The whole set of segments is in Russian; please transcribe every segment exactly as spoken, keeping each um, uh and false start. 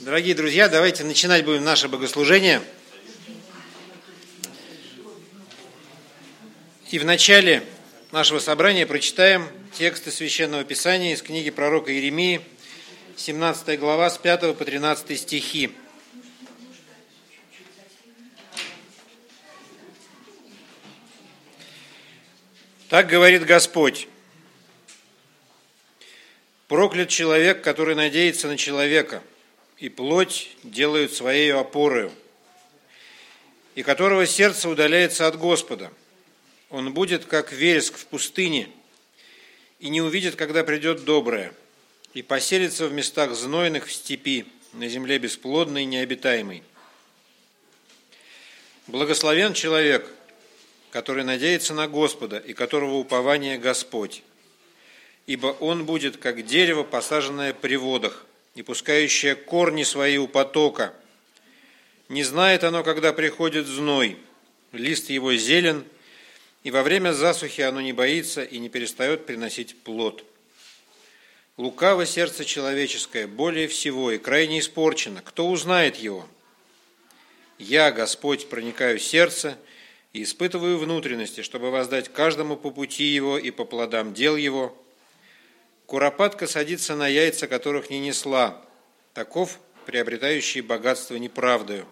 Дорогие друзья, давайте начинать будем наше богослужение. И в начале нашего собрания прочитаем тексты Священного Писания из книги пророка Иеремии, семнадцатая глава, с пятого по тринадцатый стихи. Так говорит Господь: «Проклят человек, который надеется на человека, и плоть делают своею опорою, и которого сердце удаляется от Господа. Он будет, как вереск в пустыне, и не увидит, когда придет доброе, и поселится в местах знойных в степи, на земле бесплодной и необитаемой. Благословен человек, который надеется на Господа, и которого упование Господь, ибо он будет, как дерево, посаженное при водах, и пускающее корни свои у потока. Не знает оно, когда приходит зной, лист его зелен, и во время засухи оно не боится и не перестает приносить плод. Лукаво сердце человеческое более всего и крайне испорчено. Кто узнает его? Я, Господь, проникаю в сердце и испытываю внутренности, чтобы воздать каждому по пути его и по плодам дел его. Куропатка садится на яйца, которых не несла. Таков приобретающий богатство неправдою.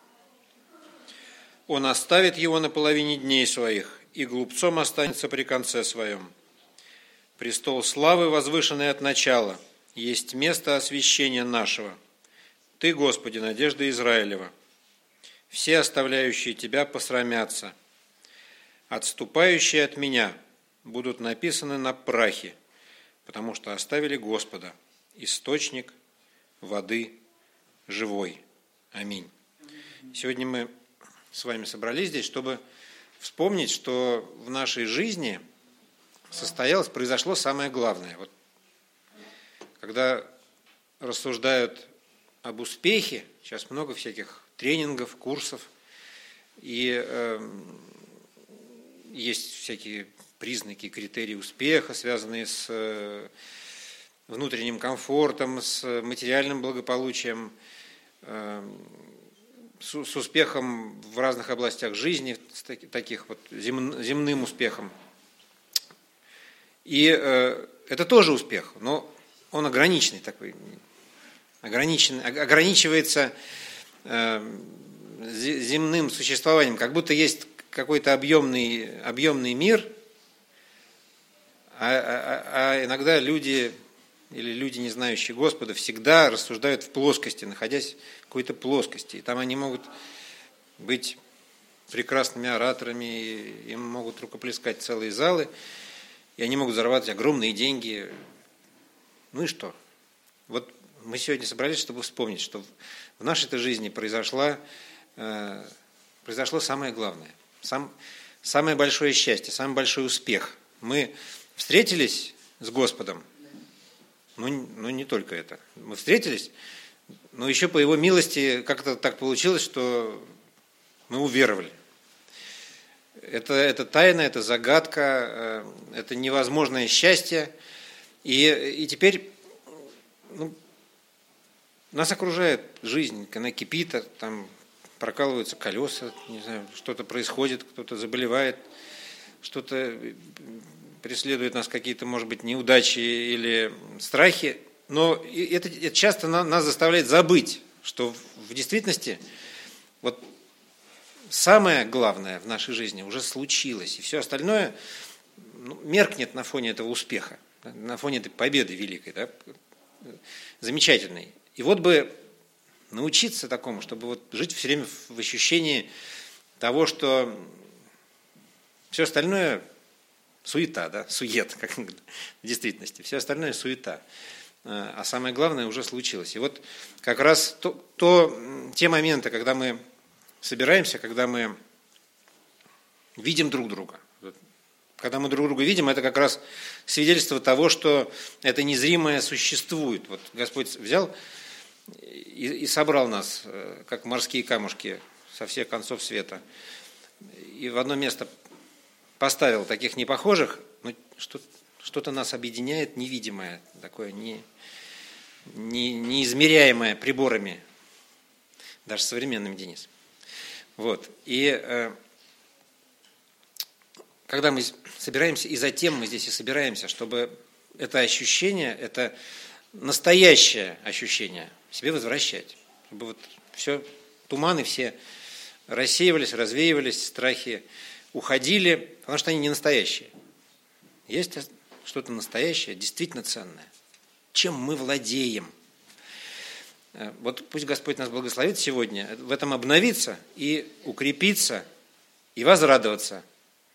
Он оставит его на половине дней своих, и глупцом останется при конце своем. Престол славы, возвышенный от начала, есть место освящения нашего. Ты, Господи, надежда Израилева. Все оставляющие Тебя посрамятся. Отступающие от Меня будут написаны на прахе, потому что оставили Господа, источник воды живой. Аминь». Сегодня мы с вами собрались здесь, чтобы вспомнить, что в нашей жизни состоялось, произошло самое главное. Вот, когда рассуждают об успехе, сейчас много всяких тренингов, курсов, и э, есть всякие признаки, критерии успеха, связанные с э, внутренним комфортом, с материальным благополучием, э, с, с успехом в разных областях жизни, с таки, таких вот зем, земным успехом. И э, это тоже успех, но он ограниченный такой, ограничен, ограничивается э, земным существованием, как будто есть какой-то объемный, объемный мир, а, а, а иногда люди или люди, не знающие Господа, всегда рассуждают в плоскости, находясь в какой-то плоскости. И там они могут быть прекрасными ораторами, и им могут рукоплескать целые залы, и они могут зарабатывать огромные деньги. Ну и что? Вот мы сегодня собрались, чтобы вспомнить, что в нашей-то жизни произошло, э, произошло самое главное, сам, самое большое счастье, самый большой успех. Мы встретились с Господом, ну, ну не только это. Мы встретились, но еще по Его милости как-то так получилось, что мы уверовали. Это, это тайна, это загадка, это невозможное счастье. И, и теперь ну, нас окружает жизнь, она кипит, там прокалываются колеса, не знаю, что-то происходит, кто-то заболевает, что-то преследуют нас какие-то, может быть, неудачи или страхи, но это, это часто нас заставляет забыть, что в действительности вот самое главное в нашей жизни уже случилось, и все остальное ну, меркнет на фоне этого успеха, на фоне этой победы великой, да, замечательной. И вот бы научиться такому, чтобы вот жить все время в ощущении того, что все остальное суета, да, сует, как в действительности. Все остальное суета. А самое главное уже случилось. И вот как раз то, то, те моменты, когда мы собираемся, когда мы видим друг друга. Когда мы друг друга видим, это как раз свидетельство того, что это незримое существует. Вот Господь взял и, и собрал нас, как морские камушки, со всех концов света. И в одно место поставил таких непохожих, но что-то нас объединяет невидимое, такое не, не, неизмеряемое приборами, даже современными, Денис. Вот. И э, когда мы собираемся, и затем мы здесь и собираемся, чтобы это ощущение, это настоящее ощущение себе возвращать. Чтобы вот все, туманы все рассеивались, развеивались, страхи уходили, потому что они не настоящие. Есть что-то настоящее, действительно ценное. Чем мы владеем? Вот пусть Господь нас благословит сегодня в этом обновиться и укрепиться, и возрадоваться.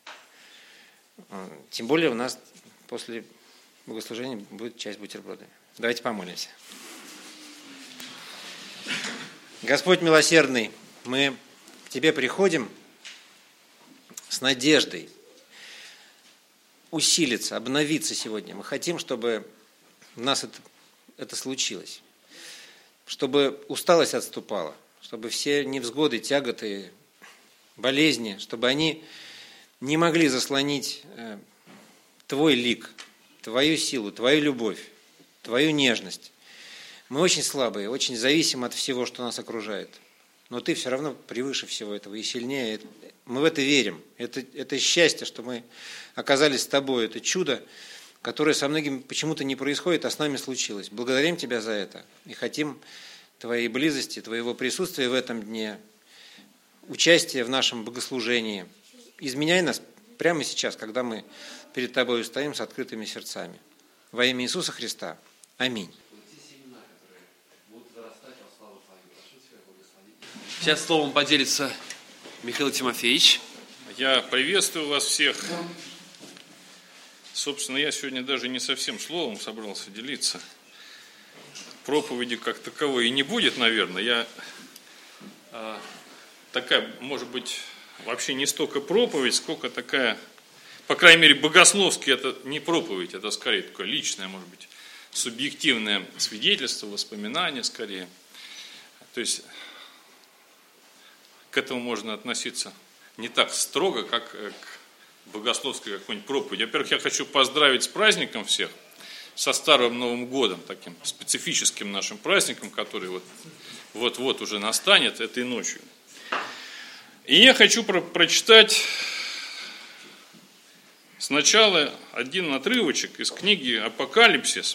Тем более у нас после богослужения будет часть бутербродами. Давайте помолимся. Господь милосердный, мы к Тебе приходим с надеждой усилиться, обновиться сегодня. Мы хотим, чтобы у нас это, это случилось, чтобы усталость отступала, чтобы все невзгоды, тяготы, болезни, чтобы они не могли заслонить Твой лик, Твою силу, Твою любовь, Твою нежность. Мы очень слабые, очень зависим от всего, что нас окружает. Но Ты все равно превыше всего этого и сильнее. Мы в это верим. Это, это счастье, что мы оказались с Тобой. Это чудо, которое со многими почему-то не происходит, а с нами случилось. Благодарим Тебя за это. И хотим Твоей близости, Твоего присутствия в этом дне, участия в нашем богослужении. Изменяй нас прямо сейчас, когда мы перед Тобой стоим с открытыми сердцами. Во имя Иисуса Христа. Аминь. Сейчас словом поделится Михаил Тимофеевич. Я приветствую вас всех. Собственно, я сегодня даже не совсем словом собрался делиться. Проповеди как таковой и не будет, наверное. Я а, такая, может быть, вообще не столько проповедь, сколько такая, по крайней мере, богословски это не проповедь, это скорее такое личное, может быть, субъективное свидетельство, воспоминание скорее. То есть к этому можно относиться не так строго, как к богословской какой-нибудь проповеди. Во-первых, я хочу поздравить с праздником всех, со Старым Новым Годом, таким специфическим нашим праздником, который вот, вот-вот уже настанет этой ночью. И я хочу про- прочитать сначала один отрывочек из книги «Апокалипсис».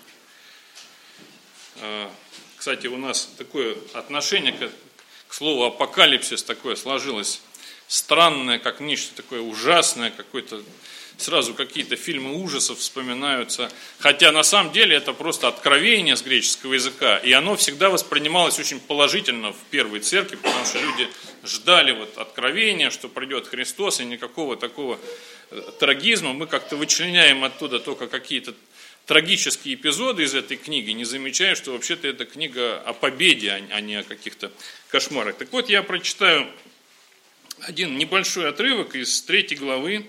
Кстати, у нас такое отношение к К слову, апокалипсис такое сложилось странное, как нечто такое ужасное, какое-то, сразу какие-то фильмы ужасов вспоминаются. Хотя на самом деле это просто откровение с греческого языка, и оно всегда воспринималось очень положительно в первой церкви, потому что люди ждали вот откровения, что придет Христос, и никакого такого трагизма. Мы как-то вычленяем оттуда только какие-то трагические эпизоды из этой книги, не замечая, что вообще-то это книга о победе, а не о каких-то кошмарах. Так вот, я прочитаю один небольшой отрывок из третьей главы,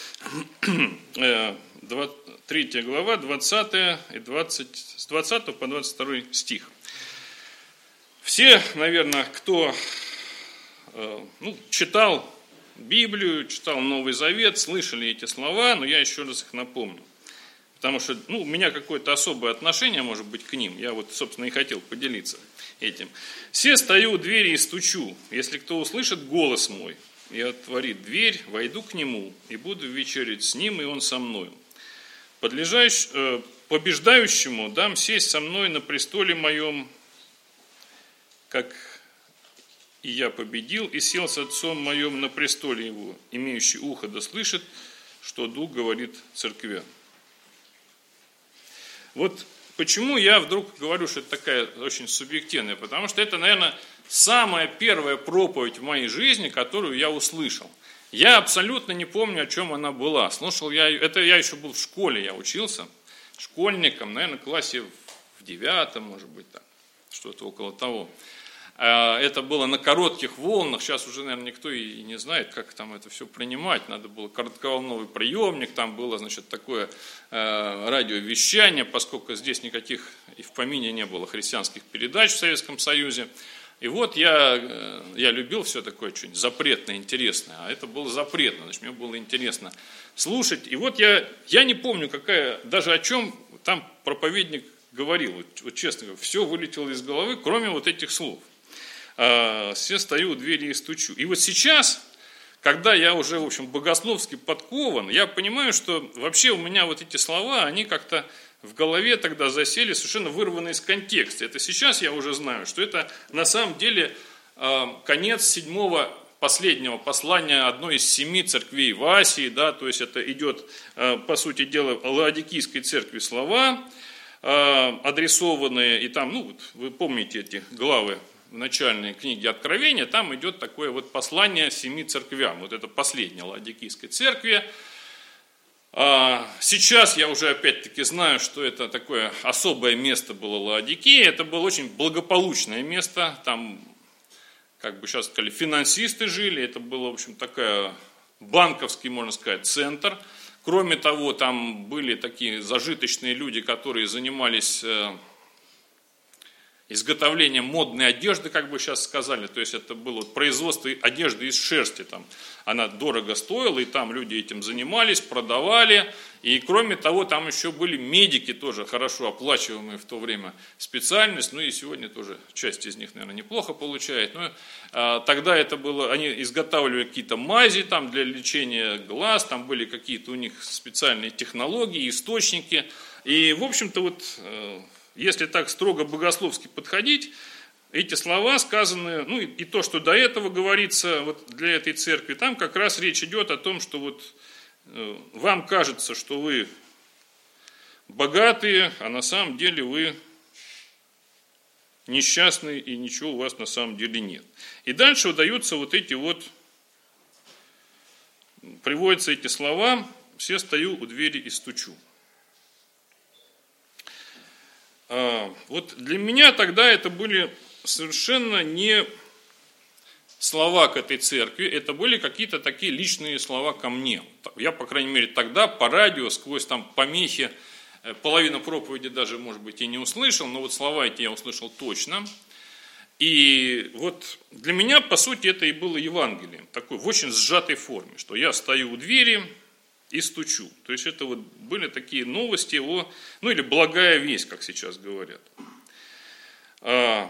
третья глава, двадцатая и двадцать, с двадцатого по двадцать второй стих. Все, наверное, кто ну, читал Библию, читал Новый Завет, слышали эти слова, но я еще раз их напомню. Потому что ну, у меня какое-то особое отношение, может быть, к ним. Я вот, собственно, и хотел поделиться этим. «Се стою у двери и стучу. Если кто услышит голос мой и отворит дверь, войду к нему и буду вечерять с ним, и он со мною. Подлежащ, э, побеждающему дам сесть со мной на престоле моем, как и я победил, и сел с отцом моим на престоле его. Имеющий ухо да слышит, что Дух говорит церквям». Вот почему я вдруг говорю, что это такая очень субъективная, потому что это, наверное, самая первая проповедь в моей жизни, которую я услышал. Я абсолютно не помню, о чем она была. Слушал я, это я еще был в школе, я учился школьником, наверное, в классе в девятом, может быть, так, что-то около того. Это было на коротких волнах, сейчас уже, наверное, никто и не знает, как там это все принимать. Надо было коротковолновый приемник, там было, значит, такое э, радиовещание, поскольку здесь никаких и в помине не было христианских передач в Советском Союзе. И вот я, э, я любил все такое что-нибудь запретное, интересное, а это было запретно, значит, мне было интересно слушать. И вот я, я не помню, какая, даже о чем там проповедник говорил, вот, вот честно говоря, все вылетело из головы, кроме вот этих слов. А, все стою у двери и стучу. И вот сейчас, когда я уже, в общем, богословски подкован, я понимаю, что вообще у меня вот эти слова, они как-то в голове тогда засели, совершенно вырваны из контекста. Это сейчас я уже знаю, что это на самом деле э, конец седьмого, последнего послания одной из семи церквей в Асии, да, то есть это идет, э, по сути дела, Лаодикийской церкви слова, э, адресованные, и там, ну, вот, вы помните эти главы в начальной книге Откровения, там идет такое вот послание семи церквям, вот это последняя Лаодикийской церкви. Сейчас я уже опять-таки знаю, что это такое особое место было Лаодикия, это было очень благополучное место, там, как бы сейчас сказали, финансисты жили, это был, в общем, такой банковский, можно сказать, центр. Кроме того, там были такие зажиточные люди, которые занимались изготовлением модной одежды, как бы сейчас сказали, то есть это было производство одежды из шерсти, там, она дорого стоила, и там люди этим занимались, продавали, и кроме того, там еще были медики тоже хорошо оплачиваемые в то время специальность, ну и сегодня тоже часть из них, наверное, неплохо получает, но а, тогда это было, они изготавливали какие-то мази там для лечения глаз, там были какие-то у них специальные технологии, источники, и в общем-то вот... Если так строго богословски подходить, эти слова сказаны, ну и, и то, что до этого говорится вот для этой церкви, там как раз речь идет о том, что вот э, вам кажется, что вы богатые, а на самом деле вы несчастные и ничего у вас на самом деле нет. И дальше выдаются вот эти вот, приводятся эти слова, все стою у двери и стучу. Вот для меня тогда это были совершенно не слова к этой церкви, это были какие-то такие личные слова ко мне. Я, по крайней мере, тогда по радио, сквозь там помехи, половину проповеди даже, может быть, и не услышал, но вот слова эти я услышал точно. И вот для меня, по сути, это и было Евангелием, такой в очень сжатой форме, что я стою у двери и стучу. То есть это вот были такие новости о, ну или благая весть, как сейчас говорят. А,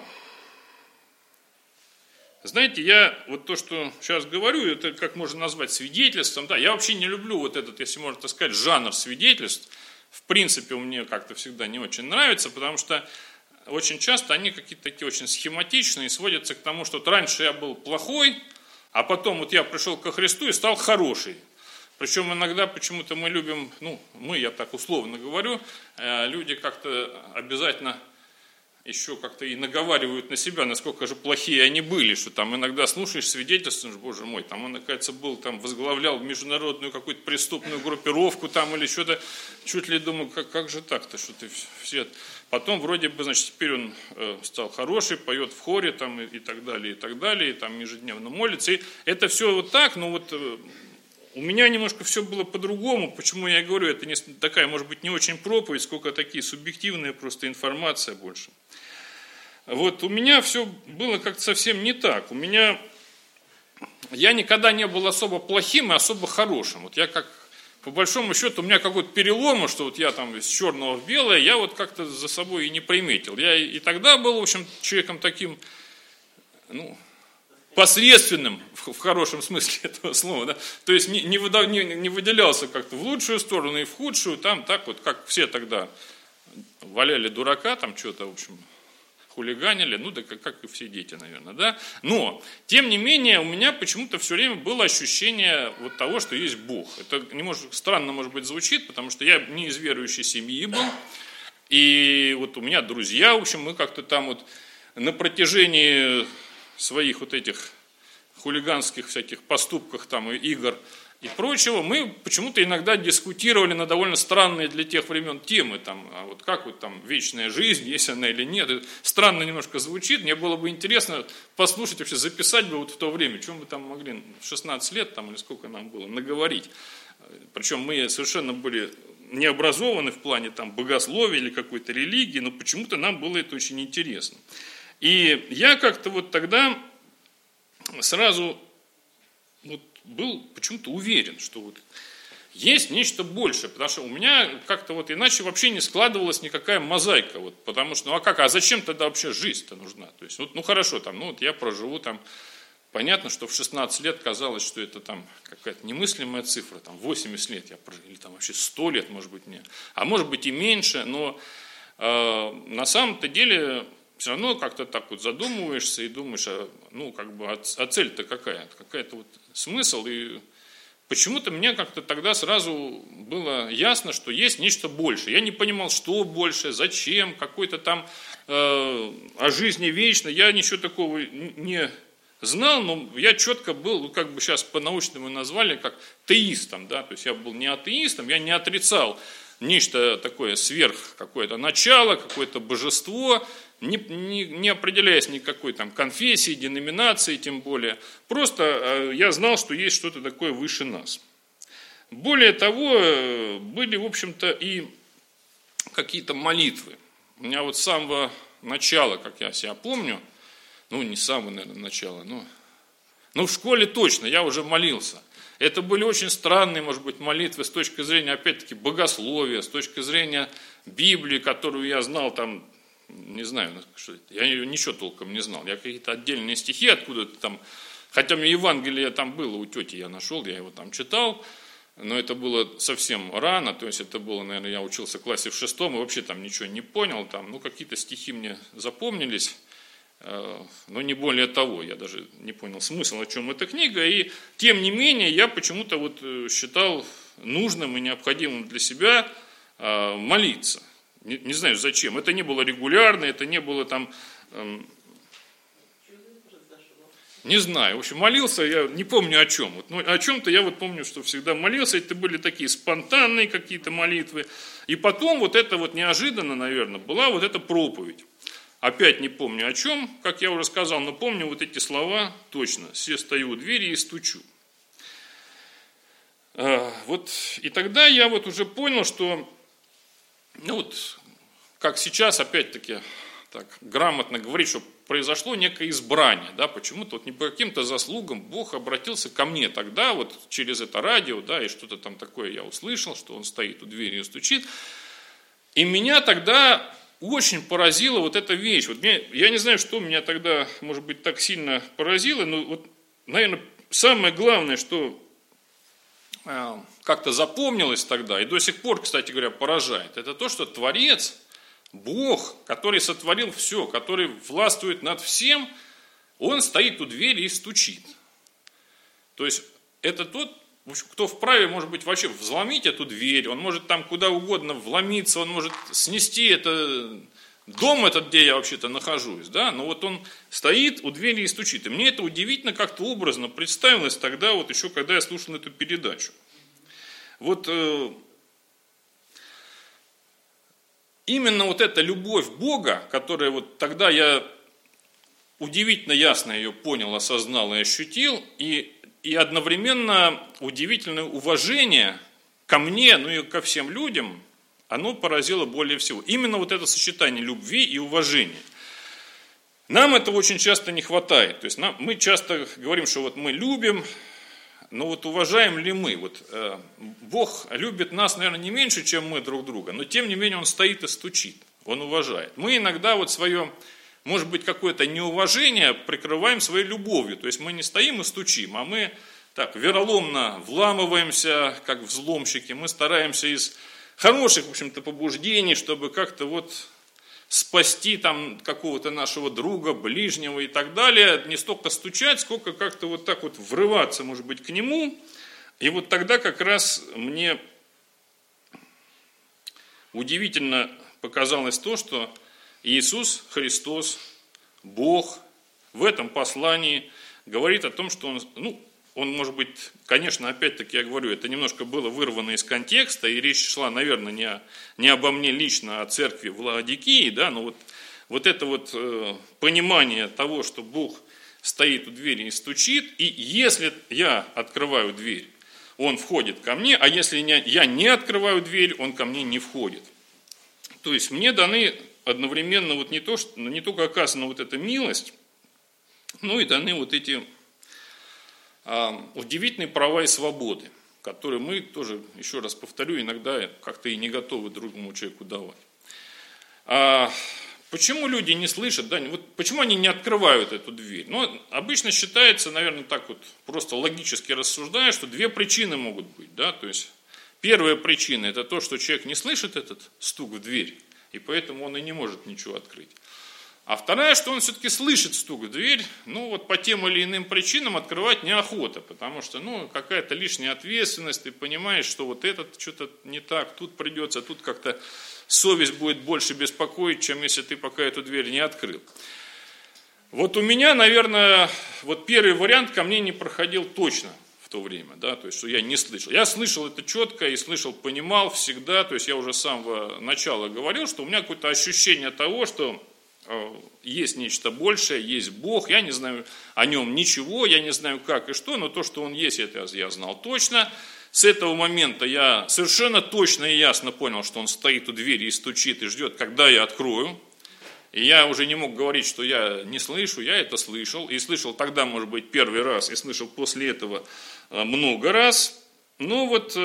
знаете, я вот то, что сейчас говорю, это как можно назвать свидетельством. Да, я вообще не люблю вот этот, если можно так сказать, жанр свидетельств. В принципе, мне как-то всегда не очень нравится, потому что очень часто они какие-то такие очень схематичные, сводятся к тому, что вот раньше я был плохой, а потом вот я пришел ко Христу и стал хороший. Причем иногда почему-то мы любим, ну, мы, я так условно говорю, люди как-то обязательно еще как-то и наговаривают на себя, насколько же плохие они были, что там иногда слушаешь свидетельство, боже мой, там он, оказывается, был, там возглавлял международную какую-то преступную группировку там или что-то, чуть ли думаю, как, как же так-то, что ты все... Потом вроде бы, значит, теперь он э, стал хороший, поет в хоре там и, и так далее, и так далее, и там ежедневно молится, и это все вот так, но вот... Э, У меня немножко все было по-другому, почему я говорю, это не такая, может быть, не очень проповедь, сколько такие субъективные просто информация больше. Вот у меня все было как-то совсем не так. У меня, я никогда не был особо плохим и особо хорошим. Вот я как, по большому счету, у меня какой-то перелом, что вот я там из черного в белое, я вот как-то за собой и не приметил. Я и тогда был, в общем, человеком таким, ну... посредственным, в хорошем смысле этого слова, да? То есть не, не, выда, не, не выделялся как-то в лучшую сторону и в худшую, там так вот, как все тогда валяли дурака, там что-то, в общем, хулиганили, ну да как, как и все дети, наверное, да? Но, тем не менее, у меня почему-то все время было ощущение вот того, что есть Бог. Это не может, странно, может быть, звучит, потому что я не из верующей семьи был, и вот у меня друзья, в общем, мы как-то там вот на протяжении... своих вот этих хулиганских всяких поступках там и игр и прочего, мы почему-то иногда дискутировали на довольно странные для тех времен темы, там, а вот как вот там вечная жизнь, есть она или нет. Это странно немножко звучит, мне было бы интересно послушать, вообще записать бы вот в то время, чем мы там могли в шестнадцать лет там или сколько нам было наговорить. Причем мы совершенно были не образованы в плане там богословия или какой-то религии, но почему-то нам было это очень интересно. И я как-то вот тогда сразу вот был почему-то уверен, что вот есть нечто большее, потому что у меня как-то вот иначе вообще не складывалась никакая мозаика, вот, потому что, ну а как, а зачем тогда вообще жизнь-то нужна? То есть, вот, ну хорошо, там, ну вот я проживу там, понятно, что в шестнадцать лет казалось, что это там какая-то немыслимая цифра, там восемьдесят лет я прожил, или там вообще сто лет, может быть, не, а может быть и меньше, но э, на самом-то деле все равно как-то так вот задумываешься и думаешь, а, ну как бы, а, а цель-то какая? Какая-то вот смысл, и почему-то мне как-то тогда сразу было ясно, что есть нечто большее. Я не понимал, что больше, зачем, какой-то там э, о жизни вечной, я ничего такого не знал, но я четко был, как бы сейчас по-научному назвали, как теистом, да, то есть я был не атеистом, я не отрицал нечто такое сверх, какое-то начало, какое-то божество, не, не, не определяясь никакой там конфессии, деноминации, тем более, просто э, я знал, что есть что-то такое выше нас. Более того, были, в общем-то, и какие-то молитвы. У меня вот с самого начала, как я себя помню, ну, не с самого, наверное, начала, но, но в школе точно я уже молился. Это были очень странные, может быть, молитвы с точки зрения, опять-таки, богословия, с точки зрения Библии, которую я знал там, не знаю, что это, я ничего толком не знал. Я какие-то отдельные стихи откуда-то там, хотя мне Евангелие там было у тети, я нашел, я его там читал, но это было совсем рано, то есть это было, наверное, я учился в классе в шестом и вообще там ничего не понял, там, ну, какие-то стихи мне запомнились, но не более того, я даже не понял смысл, о чем эта книга, и тем не менее я почему-то вот считал нужным и необходимым для себя молиться. Не, не знаю зачем, это не было регулярно, это не было там, эм, не знаю, в общем, молился, я не помню о чем, вот, но о чем-то я вот помню, что всегда молился, это были такие спонтанные какие-то молитвы, и потом вот это вот неожиданно, наверное, была вот эта проповедь. Опять не помню о чем, как я уже сказал, но помню вот эти слова точно. «Се стою у двери и стучу». Вот, и тогда я вот уже понял, что, ну вот, как сейчас, опять-таки, так грамотно говорить, что произошло некое избрание, да, почему-то вот не по каким-то заслугам Бог обратился ко мне тогда, вот через это радио, да, и что-то там такое я услышал, что Он стоит у двери и стучит. И меня тогда очень поразила вот эта вещь. Вот мне, я не знаю, что меня тогда, может быть, так сильно поразило, но вот, наверное, самое главное, что э, как-то запомнилось тогда, и до сих пор, кстати говоря, поражает, это то, что Творец, Бог, который сотворил все, который властвует над всем, Он стоит у двери и стучит. То есть это тот, кто вправе, может быть, вообще взломить эту дверь, он может там куда угодно вломиться, он может снести это, дом этот, где я вообще-то нахожусь, да, но вот он стоит у двери и стучит. И мне это удивительно как-то образно представилось тогда, вот еще когда я слушал эту передачу. Вот э, именно вот эта любовь Бога, которая вот тогда я удивительно ясно ее понял, осознал и ощутил, и И одновременно удивительное уважение ко мне, ну и ко всем людям, оно поразило более всего. Именно вот это сочетание любви и уважения. Нам этого очень часто не хватает. То есть нам, мы часто говорим, что вот мы любим, но вот уважаем ли мы? Вот, э, Бог любит нас, наверное, не меньше, чем мы друг друга, но тем не менее Он стоит и стучит, Он уважает. Мы иногда вот свое, может быть, какое-то неуважение прикрываем своей любовью. То есть мы не стоим и стучим, а мы так вероломно вламываемся, как взломщики. Мы стараемся из хороших, в общем-то, побуждений, чтобы как-то вот спасти там какого-то нашего друга, ближнего и так далее. Не столько стучать, сколько как-то вот так вот врываться, может быть, к нему. И вот тогда как раз мне удивительно показалось то, что Иисус Христос, Бог, в этом послании говорит о том, что Он, ну, Он, может быть, конечно, опять-таки я говорю, это немножко было вырвано из контекста, и речь шла, наверное, не, о, не обо мне лично, а о церкви в Лаодикии, да, но вот, вот это вот э, понимание того, что Бог стоит у двери и стучит, и если я открываю дверь, Он входит ко мне, а если я не открываю дверь, Он ко мне не входит. То есть мне даны одновременно вот не, то, что, не только оказана вот эта милость, но и даны вот эти а, удивительные права и свободы, который мы тоже, еще раз повторю, иногда как-то и не готовы другому человеку давать. А почему люди не слышат, да, вот почему они не открывают эту дверь? Ну, обычно считается, наверное, так вот просто логически рассуждая, что две причины могут быть, да, то есть первая причина – это то, что человек не слышит этот стук в дверь, и поэтому он и не может ничего открыть. А вторая, что он все-таки слышит стук в дверь, ну вот по тем или иным причинам открывать неохота, потому что, ну, какая-то лишняя ответственность, ты понимаешь, что вот этот что-то не так, тут придется, тут как-то совесть будет больше беспокоить, чем если ты пока эту дверь не открыл. Вот у меня, наверное, вот первый вариант ко мне не проходил точно в то время, да, то есть, что я не слышал. Я слышал это четко и слышал, понимал всегда, то есть я уже с самого начала говорил, что у меня какое-то ощущение того, что есть нечто большее, есть Бог, я не знаю о нем ничего, я не знаю как и что, но то, что он есть, это я знал точно. С этого момента я совершенно точно и ясно понял, что он стоит у двери и стучит и ждет, когда я открою. И я уже не мог говорить, что я не слышу, я это слышал. И слышал тогда, может быть, первый раз, и слышал после этого много раз. Ну вот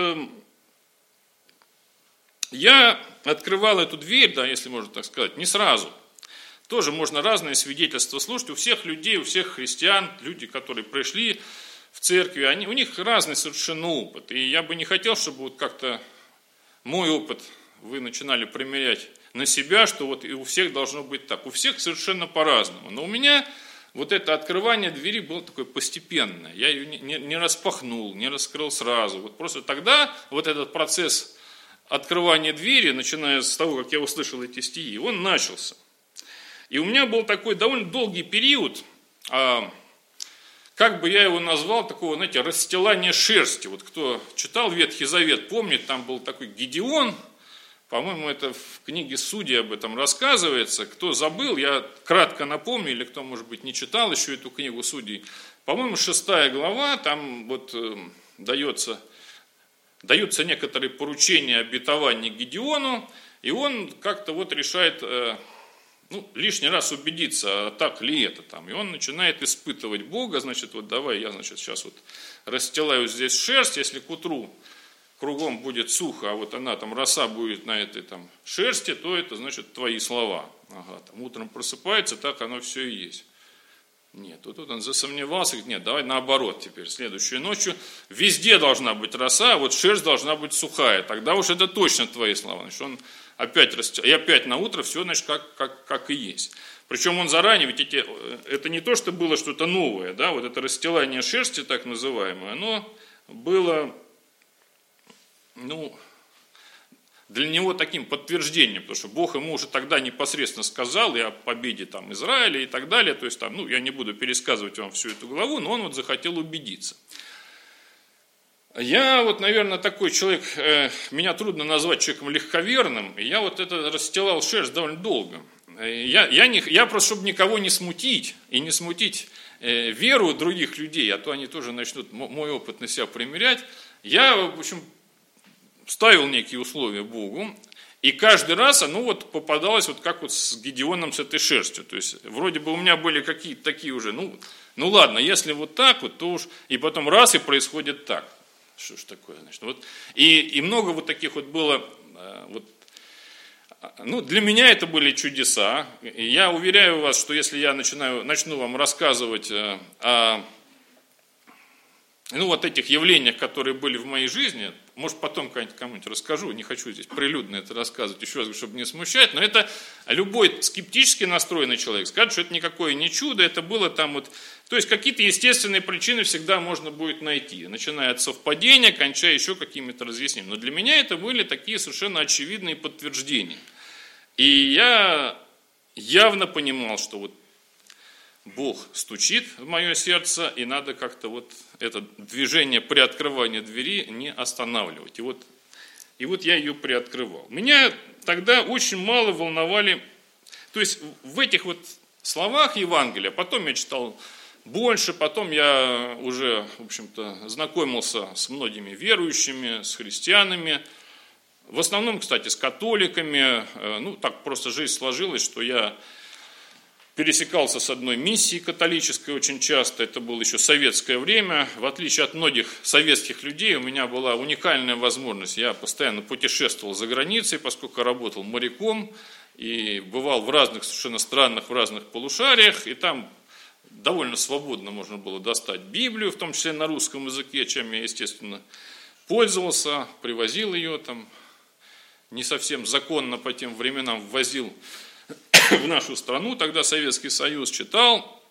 я открывал эту дверь, да, если можно так сказать, не сразу. Тоже можно разные свидетельства слушать. У всех людей, у всех христиан, люди, которые пришли в церкви, они, у них разный совершенно опыт. И я бы не хотел, чтобы вот как-то мой опыт вы начинали примерять на себя, что вот и у всех должно быть так. У всех совершенно по-разному. Но у меня вот это открывание двери было такое постепенное. Я ее не, не, не распахнул, не раскрыл сразу. Вот просто тогда вот этот процесс открывания двери, начиная с того, как я услышал эти стихи, он начался. И у меня был такой довольно долгий период, а, как бы я его назвал, такого, знаете, расстилания шерсти. Вот кто читал Ветхий Завет, помнит, там был такой Гедеон, по-моему, это в книге Судей об этом рассказывается. Кто забыл, я кратко напомню, или кто, может быть, не читал еще эту книгу Судей. По-моему, шестая глава, там вот э, дается, даются некоторые поручения обетования Гедеону, и он как-то вот решает... Э, Ну, лишний раз убедиться, а так ли это там. И он начинает испытывать Бога, значит, вот давай я, значит, сейчас вот расстилаю здесь шерсть, если к утру кругом будет сухо, а вот она там, роса будет на этой там шерсти, то это, значит, твои слова. Ага, там утром просыпается, так оно все и есть. Нет, вот тут он засомневался, говорит, нет, давай наоборот теперь, следующей ночью везде должна быть роса, а вот шерсть должна быть сухая, тогда уж это точно твои слова. Значит, он опять растет, и опять на утро все, значит, как, как, как и есть. Причем он заранее, ведь эти, это не то, что было что-то новое, да, вот это расстилание шерсти, так называемое, оно было, ну, для него таким подтверждением, потому что Бог ему уже тогда непосредственно сказал и о победе там Израиля и так далее, то есть там, ну, я не буду пересказывать вам всю эту главу, но он вот захотел убедиться. Я вот, наверное, такой человек, э, меня трудно назвать человеком легковерным, и я вот это расстилал шерсть довольно долго. Я, я, не, я просто, чтобы никого не смутить, и не смутить э, веру других людей, а то они тоже начнут мой опыт на себя примерять, я, в общем, ставил некие условия Богу, и каждый раз оно вот попадалось вот как вот с Гедеоном, с этой шерстью. То есть вроде бы у меня были какие-то такие уже, ну, ну ладно, если вот так вот, то уж, и потом раз, и происходит так. Что ж такое, значит, вот. И, и много вот таких вот было, вот, ну, для меня это были чудеса. И я уверяю вас, что если я начинаю, начну вам рассказывать о, ну, вот этих явлениях, которые были в моей жизни, может, потом кому-нибудь расскажу, не хочу здесь прилюдно это рассказывать, еще раз, чтобы не смущать, но это любой скептически настроенный человек скажет, что это никакое не чудо, это было там вот, то есть какие-то естественные причины всегда можно будет найти, начиная от совпадения, кончая еще какими-то разъяснениями. Но для меня это были такие совершенно очевидные подтверждения. И я явно понимал, что вот Бог стучит в мое сердце, и надо как-то вот это движение приоткрывания двери не останавливать. И вот, и вот я ее приоткрывал. Меня тогда очень мало волновали, то есть в этих вот словах Евангелия, потом я читал больше, потом я уже, в общем-то, знакомился с многими верующими, с христианами, в основном, кстати, с католиками. Ну, так просто жизнь сложилась, что я пересекался с одной миссией католической очень часто, это было еще советское время. В отличие от многих советских людей, у меня была уникальная возможность. Я постоянно путешествовал за границей, поскольку работал моряком и бывал в разных совершенно странах, в разных полушариях, и там довольно свободно можно было достать Библию, в том числе на русском языке, чем я, естественно, пользовался, привозил ее там, не совсем законно по тем временам ввозил в нашу страну, тогда Советский Союз, читал.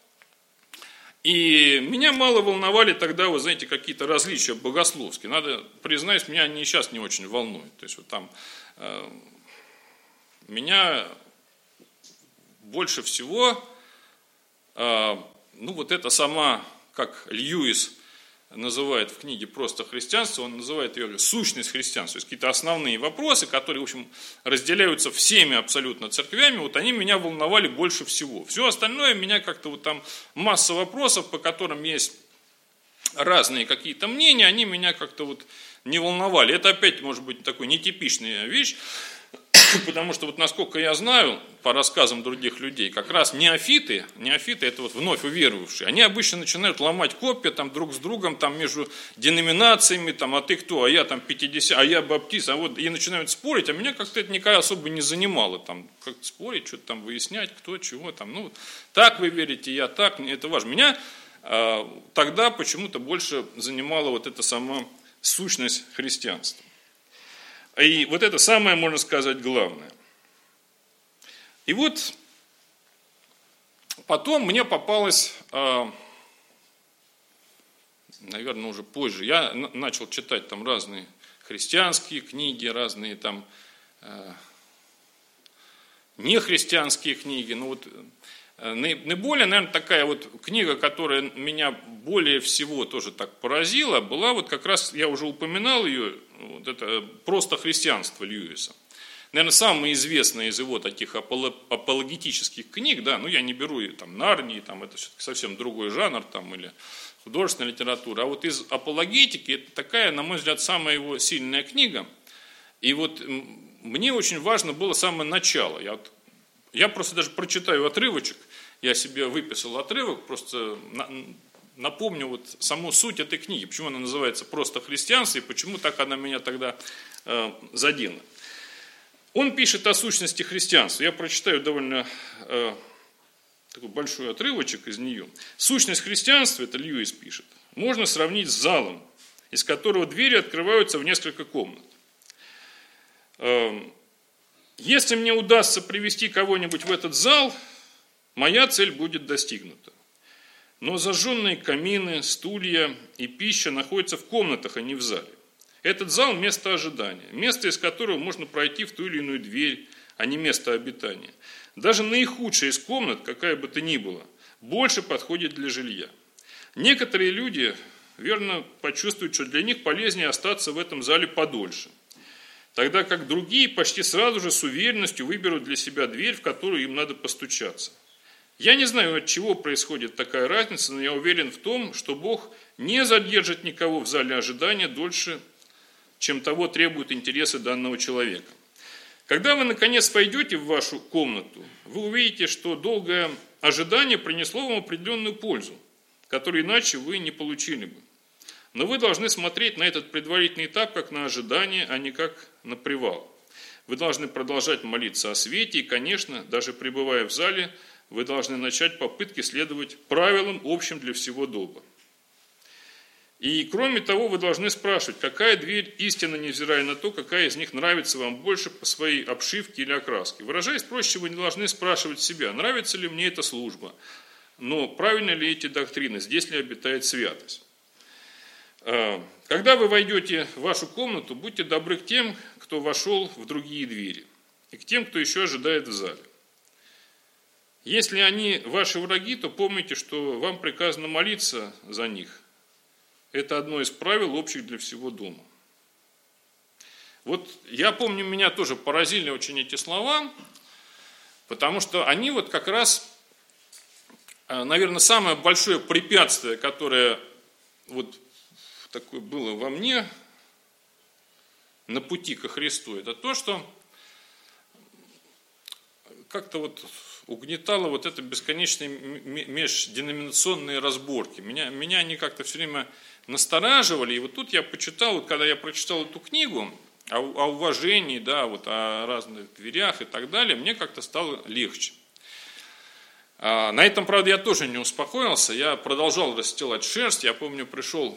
И меня мало волновали тогда, вы знаете, какие-то различия богословские. Надо признать, меня они сейчас не очень волнуют. То есть вот там э, меня больше всего, э, ну вот это сама, как Льюис называет в книге «Просто христианство», он называет ее «сущность христианства». То есть какие-то основные вопросы, которые, в общем, разделяются всеми абсолютно церквями, вот они меня волновали больше всего. Все остальное меня как-то вот там масса вопросов, по которым есть разные какие-то мнения, они меня как-то вот не волновали. Это опять может быть такой нетипичная вещь, потому что вот насколько я знаю, по рассказам других людей, как раз неофиты, неофиты это вот вновь уверовавшие, они обычно начинают ломать копья там друг с другом, там между деноминациями, там, а ты кто, а я там пятьдесят, а я баптист, а вот и начинают спорить, а меня как-то это никогда особо не занимало, там, как спорить, что-то там выяснять, кто, чего там, ну, так вы верите, я так, это важно. Меня э, тогда почему-то больше занимала вот эта сама сущность христианства. И вот это самое, можно сказать, главное. И вот потом мне попалось, наверное, уже позже, я начал читать там разные христианские книги, разные там нехристианские книги. Ну вот наиболее, наверное, такая вот книга, которая меня более всего тоже так поразила, была вот как раз, я уже упоминал ее, вот это «Просто христианство» Льюиса. Наверное, самая известная из его таких апологетических книг, да, ну я не беру там Нарнии, там это все-таки совсем другой жанр, там, или художественная литература, а вот из апологетики это такая, на мой взгляд, самая его сильная книга. И вот мне очень важно было самое начало. Я, вот, я просто даже прочитаю отрывочек, я себе выписал отрывок, просто напомню вот саму суть этой книги, почему она называется «Просто христианство» и почему так она меня тогда э, задела. Он пишет о сущности христианства. Я прочитаю довольно э, такой большой отрывочек из нее. Сущность христианства, это Льюис пишет, можно сравнить с залом, из которого двери открываются в несколько комнат. Э, если мне удастся привести кого-нибудь в этот зал, моя цель будет достигнута. Но зажженные камины, стулья и пища находятся в комнатах, а не в зале. Этот зал – место ожидания, место, из которого можно пройти в ту или иную дверь, а не место обитания. Даже наихудшая из комнат, какая бы то ни была, больше подходит для жилья. Некоторые люди, верно, почувствуют, что для них полезнее остаться в этом зале подольше, тогда как другие почти сразу же с уверенностью выберут для себя дверь, в которую им надо постучаться. Я не знаю, от чего происходит такая разница, но я уверен в том, что Бог не задержит никого в зале ожидания дольше, чем того требуют интересы данного человека. Когда вы, наконец, войдете в вашу комнату, вы увидите, что долгое ожидание принесло вам определенную пользу, которую иначе вы не получили бы. Но вы должны смотреть на этот предварительный этап как на ожидание, а не как на привал. Вы должны продолжать молиться о свете и, конечно, даже пребывая в зале, вы должны начать попытки следовать правилам, общим для всего дома. И кроме того, вы должны спрашивать, какая дверь истинно, невзирая на то, какая из них нравится вам больше по своей обшивке или окраске. Выражаясь проще, вы не должны спрашивать себя, нравится ли мне эта служба, но правильно ли эти доктрины, здесь ли обитает святость. Когда вы войдете в вашу комнату, будьте добры к тем, кто вошел в другие двери, и к тем, кто еще ожидает в зале. Если они ваши враги, то помните, что вам приказано молиться за них. Это одно из правил, общих для всего дома. Вот я помню, меня тоже поразили очень эти слова, потому что они вот как раз, наверное, самое большое препятствие, которое вот такое было во мне на пути ко Христу, это то, что как-то вот угнетало вот это бесконечные межденоминационные разборки. Меня, меня они как-то все время настораживали. И вот тут я почитал, вот когда я прочитал эту книгу о, о уважении, да, вот о разных дверях и так далее, мне как-то стало легче. А, на этом, правда, я тоже не успокоился. Я продолжал расстилать шерсть. Я помню, пришел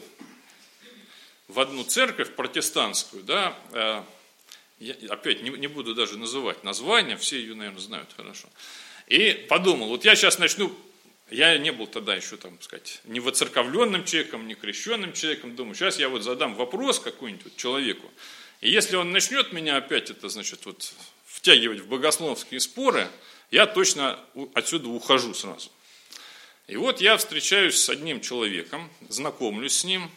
в одну церковь протестантскую, да, э, я опять не, не буду даже называть название, все ее, наверное, знают хорошо. И подумал, вот я сейчас начну, я не был тогда еще, там, сказать, ни воцерковленным человеком, ни крещенным человеком, думаю, сейчас я вот задам вопрос какой-нибудь вот человеку, и если он начнет меня опять, это значит, вот, втягивать в богословские споры, я точно отсюда ухожу сразу. И вот я встречаюсь с одним человеком, знакомлюсь с ним,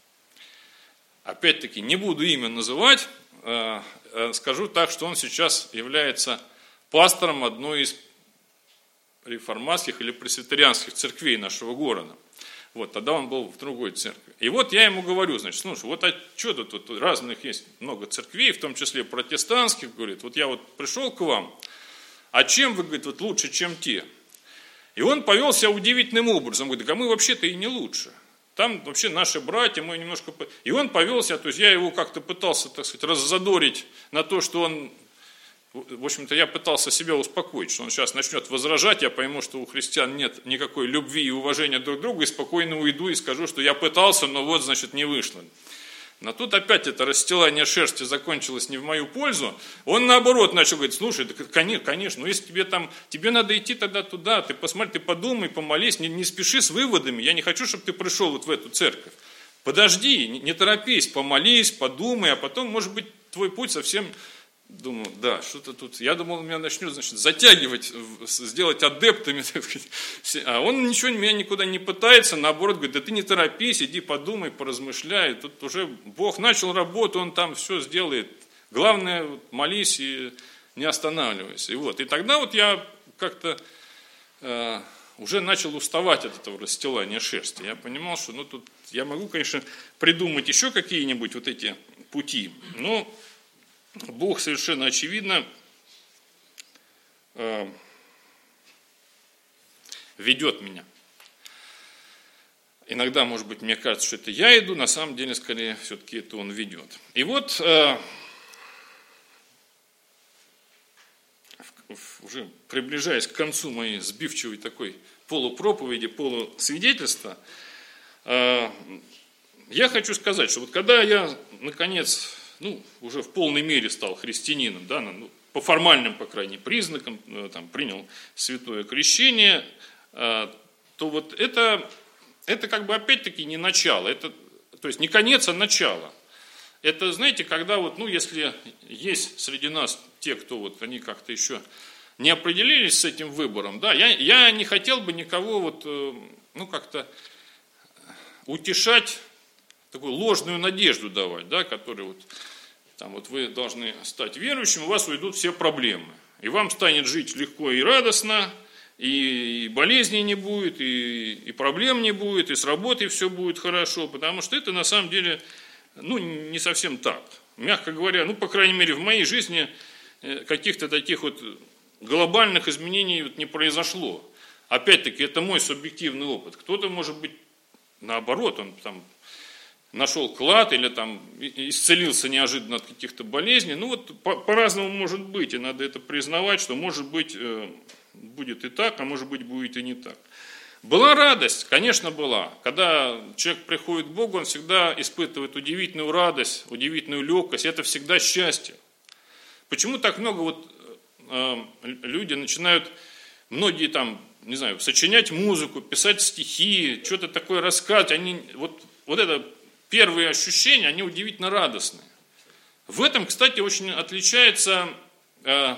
опять-таки не буду имя называть, скажу так, что он сейчас является пастором одной из реформатских или пресвитерианских церквей нашего города. Вот, тогда он был в другой церкви. И вот я ему говорю, значит, слушай, вот а что тут, тут разных есть много церквей, в том числе протестантских, говорит, вот я вот пришел к вам, а чем вы, говорит, вот лучше, чем те? И он повел себя удивительным образом, говорит, а мы вообще-то и не лучше. Там вообще наши братья, мы немножко... И он повел себя, то есть я его как-то пытался, так сказать, раззадорить на то, что он... В общем-то, я пытался себя успокоить, что он сейчас начнет возражать, я пойму, что у христиан нет никакой любви и уважения друг к другу, и спокойно уйду и скажу, что я пытался, но вот, значит, не вышло. Но тут опять это расстилание шерсти закончилось не в мою пользу. Он наоборот начал говорить, слушай, да, конечно, ну если тебе там, тебе надо идти тогда туда, ты посмотри, ты подумай, помолись, не, не спеши с выводами, я не хочу, чтобы ты пришел вот в эту церковь. Подожди, не, не торопись, помолись, подумай, а потом, может быть, твой путь совсем... Думаю, да, что-то тут, я думал, меня начнет, значит, затягивать, сделать адептами, так сказать. А он ничего, меня никуда не пытается, наоборот, говорит, да ты не торопись, иди подумай, поразмышляй. Тут уже Бог начал работу, он там все сделает. Главное, молись и не останавливайся. И вот, и тогда вот я как-то э, уже начал уставать от этого расстилания шерсти. Я понимал, что, ну, тут я могу, конечно, придумать еще какие-нибудь вот эти пути, но... Бог совершенно очевидно э, ведет меня. Иногда, может быть, мне кажется, что это я иду, на самом деле, скорее, все-таки это Он ведет. И вот, э, уже приближаясь к концу моей сбивчивой такой полупроповеди, полусвидетельства, э, я хочу сказать, что вот когда я, наконец... ну, уже в полной мере стал христианином, да, ну, по формальным, по крайней мере, признакам, там, принял святое крещение, то вот это, это как бы опять-таки не начало, это, то есть не конец, а начало. Это, знаете, когда вот, ну, если есть среди нас те, кто вот, они как-то еще не определились с этим выбором, да, я, я не хотел бы никого вот, ну, как-то утешать, такую ложную надежду давать, да, которую вот, там вот вы должны стать верующим, у вас уйдут все проблемы. И вам станет жить легко и радостно, и болезней не будет, и, и проблем не будет, и с работой все будет хорошо, потому что это на самом деле, ну, не совсем так. Мягко говоря, ну, по крайней мере, в моей жизни каких-то таких вот глобальных изменений вот не произошло. Опять-таки, это мой субъективный опыт. Кто-то, может быть, наоборот, он там нашел клад или там исцелился неожиданно от каких-то болезней. Ну вот по- по-разному может быть, и надо это признавать, что может быть э, будет и так, а может быть будет и не так. Была радость, конечно, была. Когда человек приходит к Богу, он всегда испытывает удивительную радость, удивительную легкость, это всегда счастье. Почему так много вот э, люди начинают, многие там, не знаю, сочинять музыку, писать стихи, что-то такое рассказывать, они вот, вот это первые ощущения, они удивительно радостные. В этом, кстати, очень отличается э,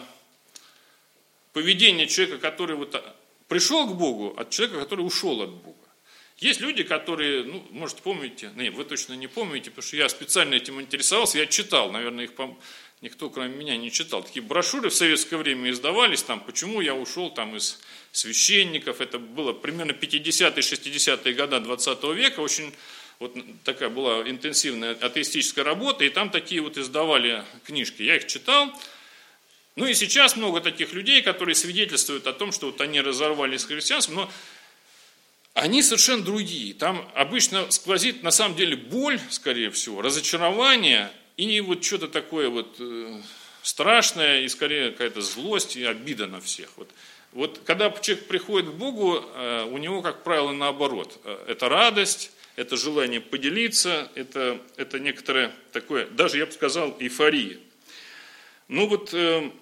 поведение человека, который вот пришел к Богу, от человека, который ушел от Бога. Есть люди, которые, ну, может, помните, нет, вы точно не помните, потому что я специально этим интересовался, я читал, наверное, их никто, кроме меня, не читал. Такие брошюры в советское время издавались, там, почему я ушел там, из священников, это было примерно пятидесятые-шестидесятые годы двадцатого века, очень... Вот такая была интенсивная атеистическая работа, и там такие вот издавали книжки. Я их читал, Ну и сейчас много таких людей, которые свидетельствуют о том, что вот они разорвались с христианством, но они совершенно другие. Там обычно сквозит на самом деле боль, скорее всего, разочарование и вот что-то такое вот э, страшное, и скорее какая-то злость и обида на всех. Вот, вот когда человек приходит к Богу, э, у него, как правило, наоборот. Это радость, это желание поделиться, это, это некоторое такое, даже я бы сказал, эйфория. Ну вот... Э,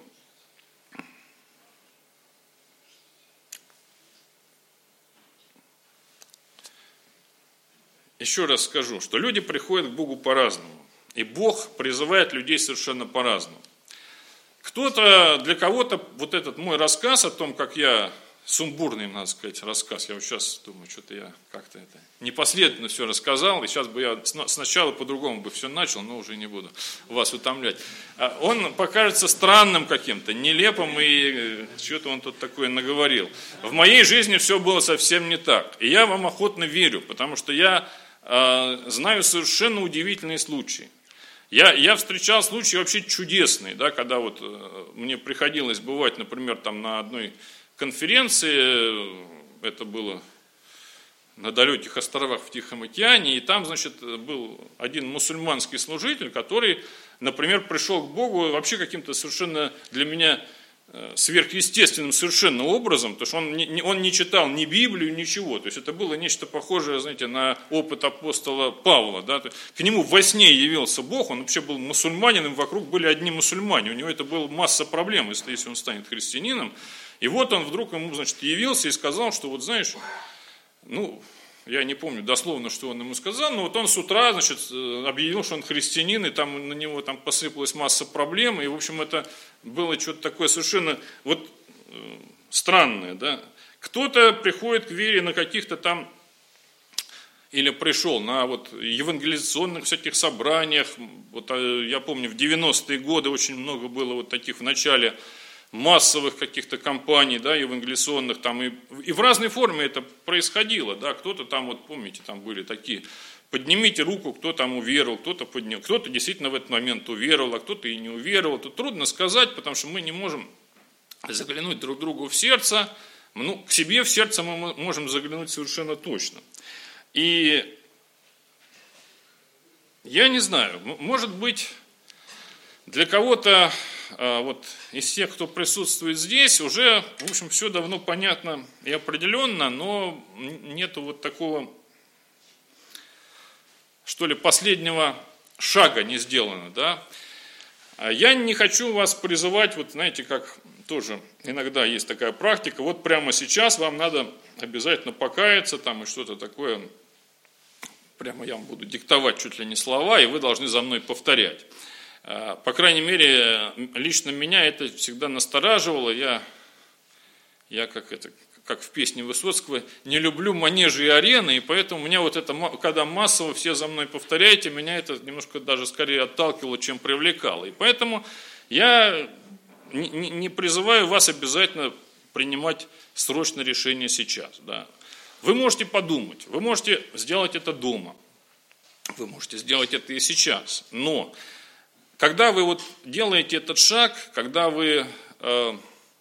Еще раз скажу, что люди приходят к Богу по-разному. И Бог призывает людей совершенно по-разному. Кто-то, для кого-то вот этот мой рассказ о том, как я, сумбурный, надо сказать, рассказ, я вот сейчас думаю, что-то я как-то это непоследовательно все рассказал, и сейчас бы я сначала по-другому бы все начал, но уже не буду вас утомлять. Он покажется странным каким-то, нелепым, и что-то он тут такое наговорил. В моей жизни все было совсем не так. И я вам охотно верю, потому что я знаю совершенно удивительные случаи. Я, я встречал случаи вообще чудесные, да, когда вот мне приходилось бывать, например, там на одной конференции, это было на далеких островах в Тихом океане, и там, значит, был один мусульманский служитель, который, например, пришел к Богу вообще каким-то совершенно для меня сверхъестественным совершенно образом, потому что он не, он не читал ни Библию, ничего. То есть это было нечто похожее, знаете, на опыт апостола Павла. Да? К нему во сне явился Бог, он вообще был мусульманином, вокруг были одни мусульмане. У него это была масса проблем, если, если он станет христианином. И вот он вдруг ему, значит, явился и сказал, что вот знаешь, ну, я не помню дословно, что он ему сказал, но вот он с утра, значит, объявил, что он христианин, и там на него там посыпалась масса проблем, и, в общем, это было что-то такое совершенно вот странное, да. Кто-то приходит к вере на каких-то там, или пришел на вот евангелизационных всяких собраниях, вот я помню, в девяностые годы очень много было вот таких в начале массовых каких-то компаний, да, евангелизационных, там, и, и в разной форме это происходило, да, кто-то там, вот помните, там были такие, поднимите руку, кто там уверовал, кто-то поднял, кто-то действительно в этот момент уверовал, а кто-то и не уверовал, тут трудно сказать, потому что мы не можем заглянуть друг другу в сердце, ну, к себе в сердце мы можем заглянуть совершенно точно, и я не знаю, может быть, для кого-то вот из тех, кто присутствует здесь, уже, в общем, все давно понятно и определенно, но нету вот такого, что ли, последнего шага не сделано, да. Я не хочу вас призывать, вот знаете, как тоже иногда есть такая практика, вот прямо сейчас вам надо обязательно покаяться там и что-то такое, прямо я вам буду диктовать чуть ли не слова, и вы должны за мной повторять. По крайней мере, лично меня это всегда настораживало. Я, я как, это, как в песне Высоцкого, не люблю манежи и арены, и поэтому меня вот это, когда массово все за мной повторяете, меня это немножко даже скорее отталкивало, чем привлекало. И поэтому я не, не призываю вас обязательно принимать срочное решение сейчас. Да. Вы можете подумать, вы можете сделать это дома, вы можете сделать это и сейчас, но... Когда вы вот делаете этот шаг, когда вы э,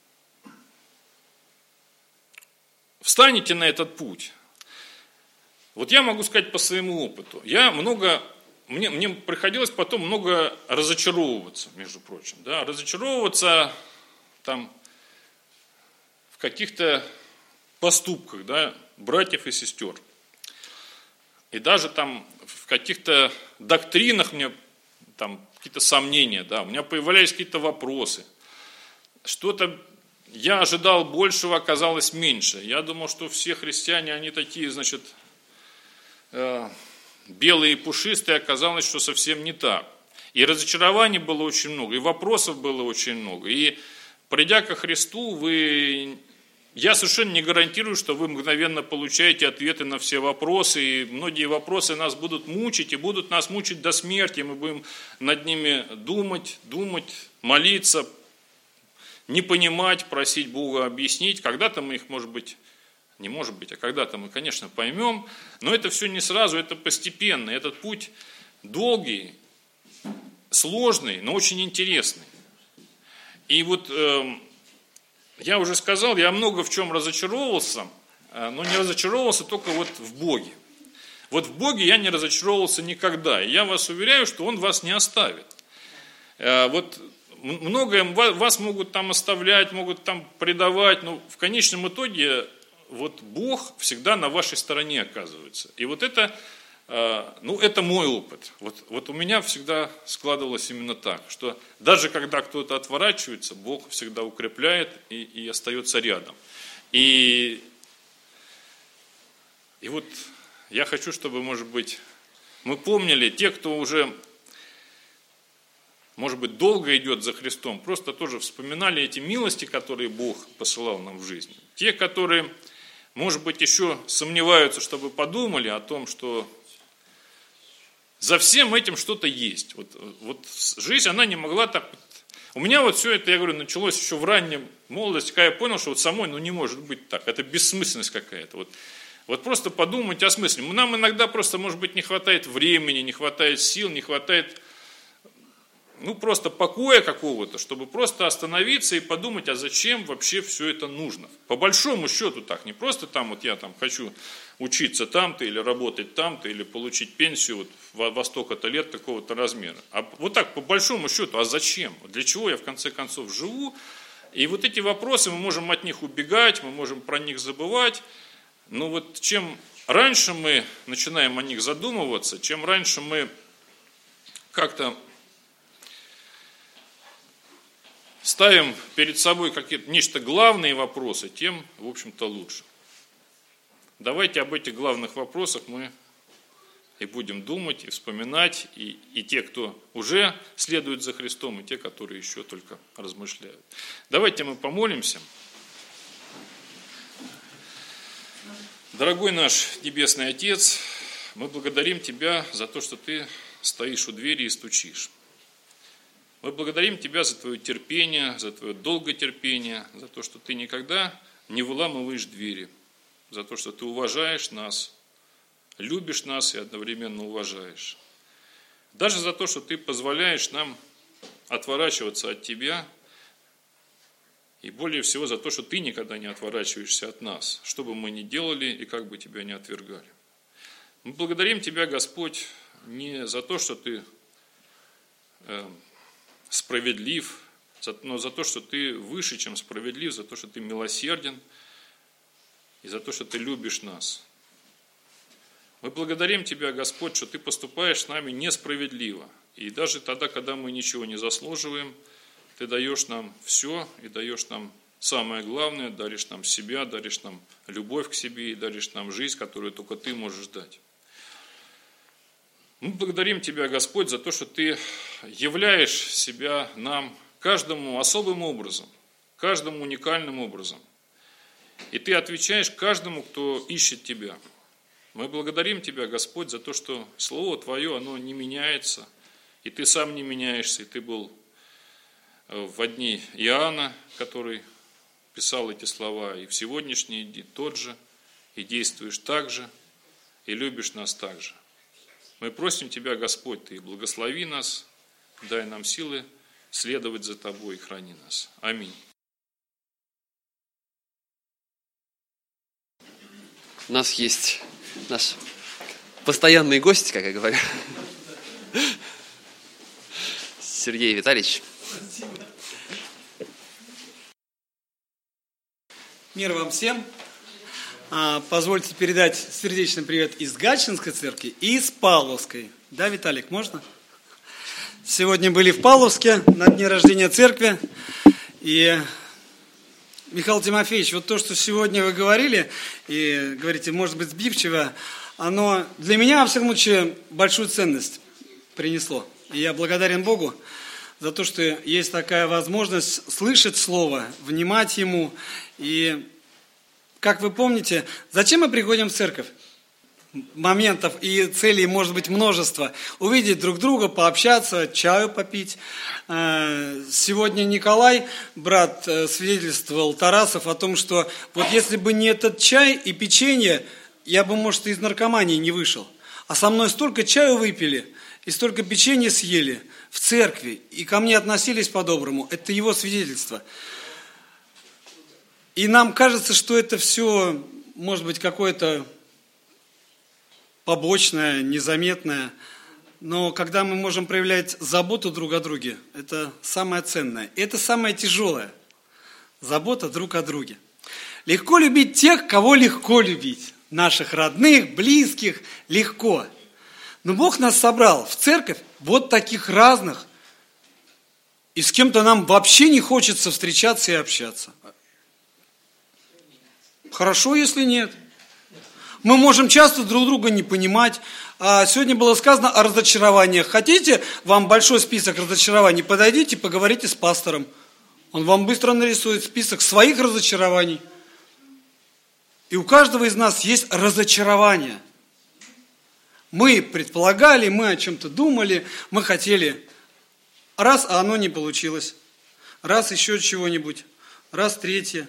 встанете на этот путь, вот я могу сказать по своему опыту, я много, мне, мне приходилось потом много разочаровываться, между прочим, да, разочаровываться там в каких-то поступках, да, братьев и сестер, и даже там в каких-то доктринах мне там какие-то сомнения, да, у меня появлялись какие-то вопросы. Что-то я ожидал большего, оказалось меньше. Я думал, что все христиане, они такие, значит, э, белые и пушистые, оказалось, что совсем не так. И разочарований было очень много, и вопросов было очень много. И придя ко Христу, вы... Я совершенно не гарантирую, что вы мгновенно получаете ответы на все вопросы, и многие вопросы нас будут мучить, и будут нас мучить до смерти, мы будем над ними думать, думать, молиться, не понимать, просить Бога объяснить. Когда-то мы их, может быть, не может быть, а когда-то мы, конечно, поймем, но это все не сразу, это постепенно, этот путь долгий, сложный, но очень интересный. И вот э, я уже сказал, я много в чем разочаровывался, но не разочаровывался только вот в Боге. Вот в Боге я не разочаровывался никогда. И я вас уверяю, что Он вас не оставит. Вот многое вас могут там оставлять, могут там предавать, но в конечном итоге вот Бог всегда на вашей стороне оказывается. И вот это, ну, это мой опыт. Вот, вот у меня всегда складывалось именно так, что даже когда кто-то отворачивается, Бог всегда укрепляет и, и остается рядом. И, и вот я хочу, чтобы, может быть, мы помнили, те, кто уже, может быть, долго идет за Христом, просто тоже вспоминали эти милости, которые Бог посылал нам в жизни. Те, которые, может быть, еще сомневаются, чтобы подумали о том, что за всем этим что-то есть. Вот, вот жизнь, она не могла так... У меня вот все это, я говорю, началось еще в раннем молодости, когда я понял, что вот самой, ну, не может быть так. Это бессмысленность какая-то. Вот, вот просто подумать о смысле. Нам иногда просто, может быть, не хватает времени, не хватает сил, не хватает, ну, просто покоя какого-то, чтобы просто остановиться и подумать, а зачем вообще все это нужно. По большому счету так, не просто там вот я там хочу учиться там-то или работать там-то, или получить пенсию вот во, во столько-то лет такого-то размера. А вот так, по большому счету, а зачем? Для чего я в конце концов живу? И вот эти вопросы, мы можем от них убегать, мы можем про них забывать. Но вот чем раньше мы начинаем о них задумываться, чем раньше мы как-то ставим перед собой какие-то нечто главные вопросы, тем, в общем-то, лучше. Давайте об этих главных вопросах мы и будем думать, и вспоминать, и, и те, кто уже следует за Христом, и те, которые еще только размышляют. Давайте мы помолимся. Дорогой наш Небесный Отец, мы благодарим Тебя за то, что Ты стоишь у двери и стучишь. Мы благодарим Тебя за Твое терпение, за Твое долготерпение, за то, что Ты никогда не выламываешь двери, за то, что Ты уважаешь нас, любишь нас и одновременно уважаешь. Даже за то, что Ты позволяешь нам отворачиваться от Тебя, и более всего за то, что Ты никогда не отворачиваешься от нас, что бы мы ни делали и как бы Тебя не отвергали. Мы благодарим Тебя, Господь, не за то, что Ты э, справедлив, но за то, что Ты выше, чем справедлив, за то, что Ты милосерден, и за то, что Ты любишь нас. Мы благодарим Тебя, Господь, что Ты поступаешь с нами несправедливо. И даже тогда, когда мы ничего не заслуживаем, Ты даешь нам все и даешь нам самое главное, даришь нам себя, даришь нам любовь к себе и даришь нам жизнь, которую только Ты можешь дать. Мы благодарим Тебя, Господь, за то, что Ты являешь себя нам каждому особым образом, каждому уникальным образом. И Ты отвечаешь каждому, кто ищет Тебя. Мы благодарим Тебя, Господь, за то, что Слово Твое, оно не меняется, и Ты сам не меняешься, и Ты был в дни Иоанна, который писал эти слова, и в сегодняшние дни тот же, и действуешь так же, и любишь нас так же. Мы просим Тебя, Господь, Ты благослови нас, дай нам силы следовать за Тобой и храни нас. Аминь. У нас есть наш постоянный гость, как я говорю, Сергей Витальевич. Мир вам всем. Позвольте передать сердечный привет из Гатчинской церкви и из Павловской. Да, Виталик, можно? Сегодня были в Павловске на дне рождения церкви. И, Михаил Тимофеевич, вот то, что сегодня вы говорили, и говорите, может быть, сбивчиво, оно для меня, во всяком случае, большую ценность принесло. И я благодарен Богу за то, что есть такая возможность слышать Слово, внимать Ему. И, как вы помните, зачем мы приходим в церковь? Моментов и целей может быть множество. Увидеть друг друга, пообщаться, чаю попить. Сегодня Николай, брат, свидетельствовал, Тарасов, о том, что вот если бы не этот чай и печенье, я бы, может, из наркомании не вышел. А со мной столько чаю выпили и столько печенья съели в церкви, и ко мне относились по-доброму. Это его свидетельство. И нам кажется, что это все, может быть, какое-то побочное, незаметное. Но когда мы можем проявлять заботу друг о друге, это самое ценное. И это самое тяжелое. Забота друг о друге. Легко любить тех, кого легко любить. Наших родных, близких, легко. Но Бог нас собрал в церковь вот таких разных. И с кем-то нам вообще не хочется встречаться и общаться. Хорошо, если нет. Мы можем часто друг друга не понимать. А сегодня было сказано о разочарованиях. Хотите, вам большой список разочарований? Подойдите, поговорите с пастором. Он вам быстро нарисует список своих разочарований. И у каждого из нас есть разочарование. Мы предполагали, мы о чем-то думали, мы хотели. Раз, а оно не получилось. Раз еще чего-нибудь. Раз третье.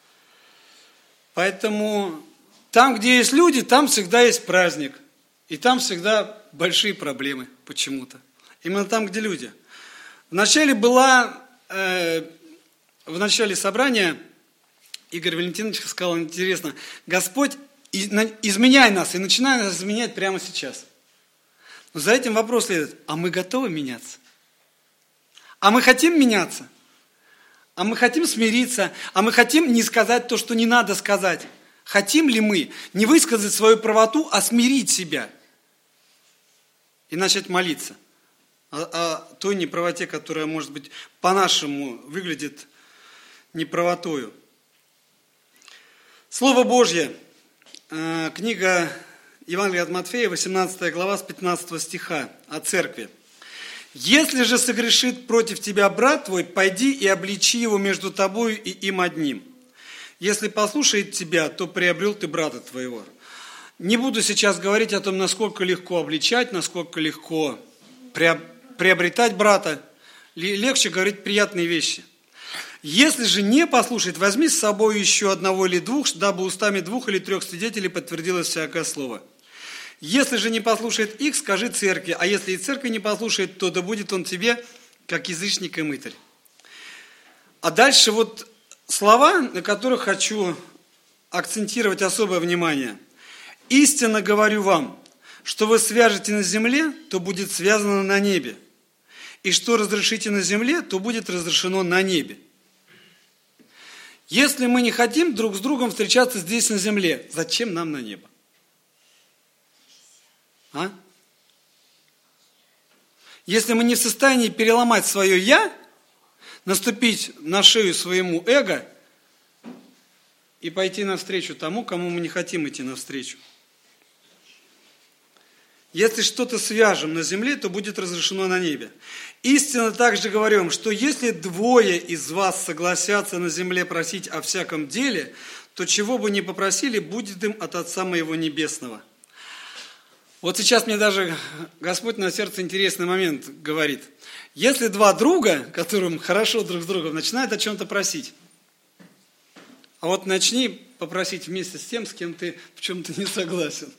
Поэтому там, где есть люди, там всегда есть праздник. И там всегда большие проблемы почему-то. Именно там, где люди. Вначале была, э, в начале собрания Игорь Валентинович сказал, интересно, Господь, изменяй нас, и начинай нас изменять прямо сейчас. Но за этим вопрос следует, а мы готовы меняться? А мы хотим меняться? А мы хотим смириться? А мы хотим не сказать то, что не надо сказать? Хотим ли мы не высказать свою правоту, а смирить себя? И начать молиться о, о той неправоте, которая, может быть, по-нашему выглядит неправотою. Слово Божье, э, книга Евангелия от Матфея, восемнадцатая глава, с пятнадцатого стиха о церкви. «Если же согрешит против тебя брат твой, пойди и обличи его между тобою и им одним. Если послушает тебя, то приобрел ты брата твоего». Не буду сейчас говорить о том, насколько легко обличать, насколько легко приобретать брата. Легче говорить приятные вещи. «Если же не послушает, возьми с собой еще одного или двух, дабы устами двух или трех свидетелей подтвердилось всякое слово. Если же не послушает их, скажи церкви, а если и церкви не послушает, то да будет он тебе, как язычник и мытарь». А дальше вот слова, на которых хочу акцентировать особое внимание. «Истинно говорю вам, что вы свяжете на земле, то будет связано на небе, и что разрешите на земле, то будет разрешено на небе». Если мы не хотим друг с другом встречаться здесь на земле, зачем нам на небо? А? Если мы не в состоянии переломать свое «я», наступить на шею своему эго и пойти навстречу тому, кому мы не хотим идти навстречу. Если что-то свяжем на земле, то будет разрешено на небе. Истинно также говорю вам, что если двое из вас согласятся на земле просить о всяком деле, то чего бы ни попросили, будет им от Отца моего Небесного. Вот сейчас мне даже Господь на сердце интересный момент говорит. Если два друга, которым хорошо друг с другом, начинают о чем-то просить, а вот начни попросить вместе с тем, с кем ты в чем-то не согласен.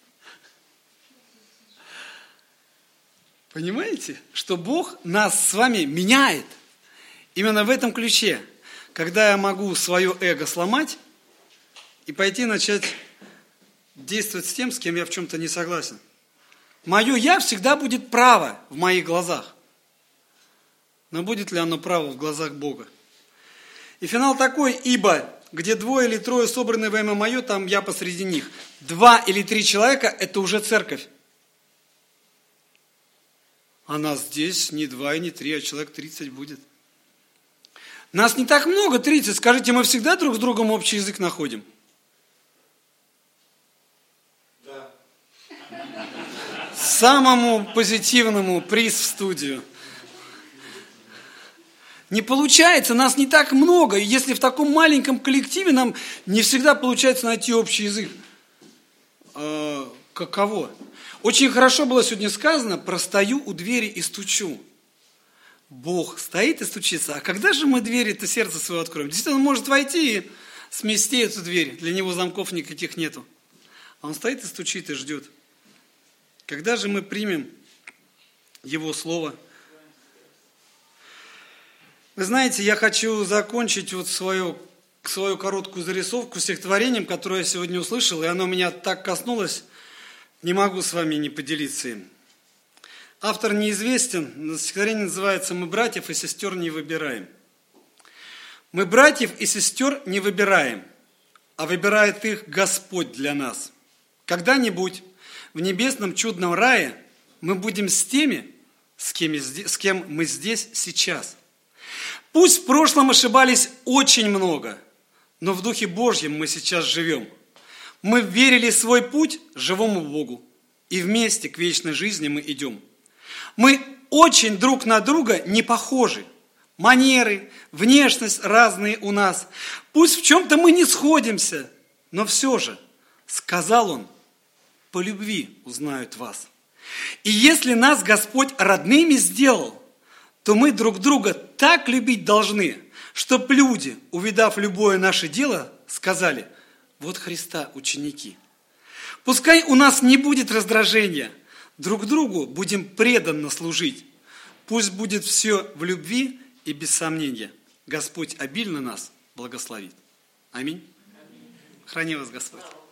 Понимаете, что Бог нас с вами меняет именно в этом ключе, когда я могу свое эго сломать и пойти начать действовать с тем, с кем я в чем-то не согласен. Мое «я» всегда будет право в моих глазах. Но будет ли оно право в глазах Бога? И финал такой: «Ибо где двое или трое собраны во имя мое, там я посреди них». Два или три человека – это уже церковь. А нас здесь не два и не три, а человек тридцать будет. Нас не так много, тридцать. Скажите, мы всегда друг с другом общий язык находим? Да. Самому позитивному приз в студию. Не получается, нас не так много. И если в таком маленьком коллективе нам не всегда получается найти общий язык. Э, каково? Очень хорошо было сегодня сказано про «стою у двери и стучу». Бог стоит и стучится. А когда же мы двери-то сердце свое откроем? Действительно, он может войти и смести эту дверь. Для него замков никаких нету. А он стоит и стучит и ждет. Когда же мы примем Его Слово? Вы знаете, я хочу закончить вот свою, свою короткую зарисовку стихотворением, которое я сегодня услышал, и оно меня так коснулось, не могу с вами не поделиться им. Автор неизвестен, но стихотворение называется «Мы братьев и сестер не выбираем». Мы братьев и сестер не выбираем, а выбирает их Господь для нас. Когда-нибудь в небесном чудном рае мы будем с теми, с кем, с кем мы здесь сейчас. Пусть в прошлом ошибались очень много, но в Духе Божьем мы сейчас живем. Мы верили свой путь живому Богу, и вместе к вечной жизни мы идем. Мы очень друг на друга не похожи. Манеры, внешность разные у нас. Пусть в чем-то мы не сходимся, но все же, сказал Он, по любви узнают вас. И если нас Господь родными сделал, то мы друг друга так любить должны, чтоб люди, увидав любое наше дело, сказали, вот Христа ученики. Пускай у нас не будет раздражения, друг другу будем преданно служить. Пусть будет все в любви и без сомнения. Господь обильно нас благословит. Аминь. Храни вас Господь.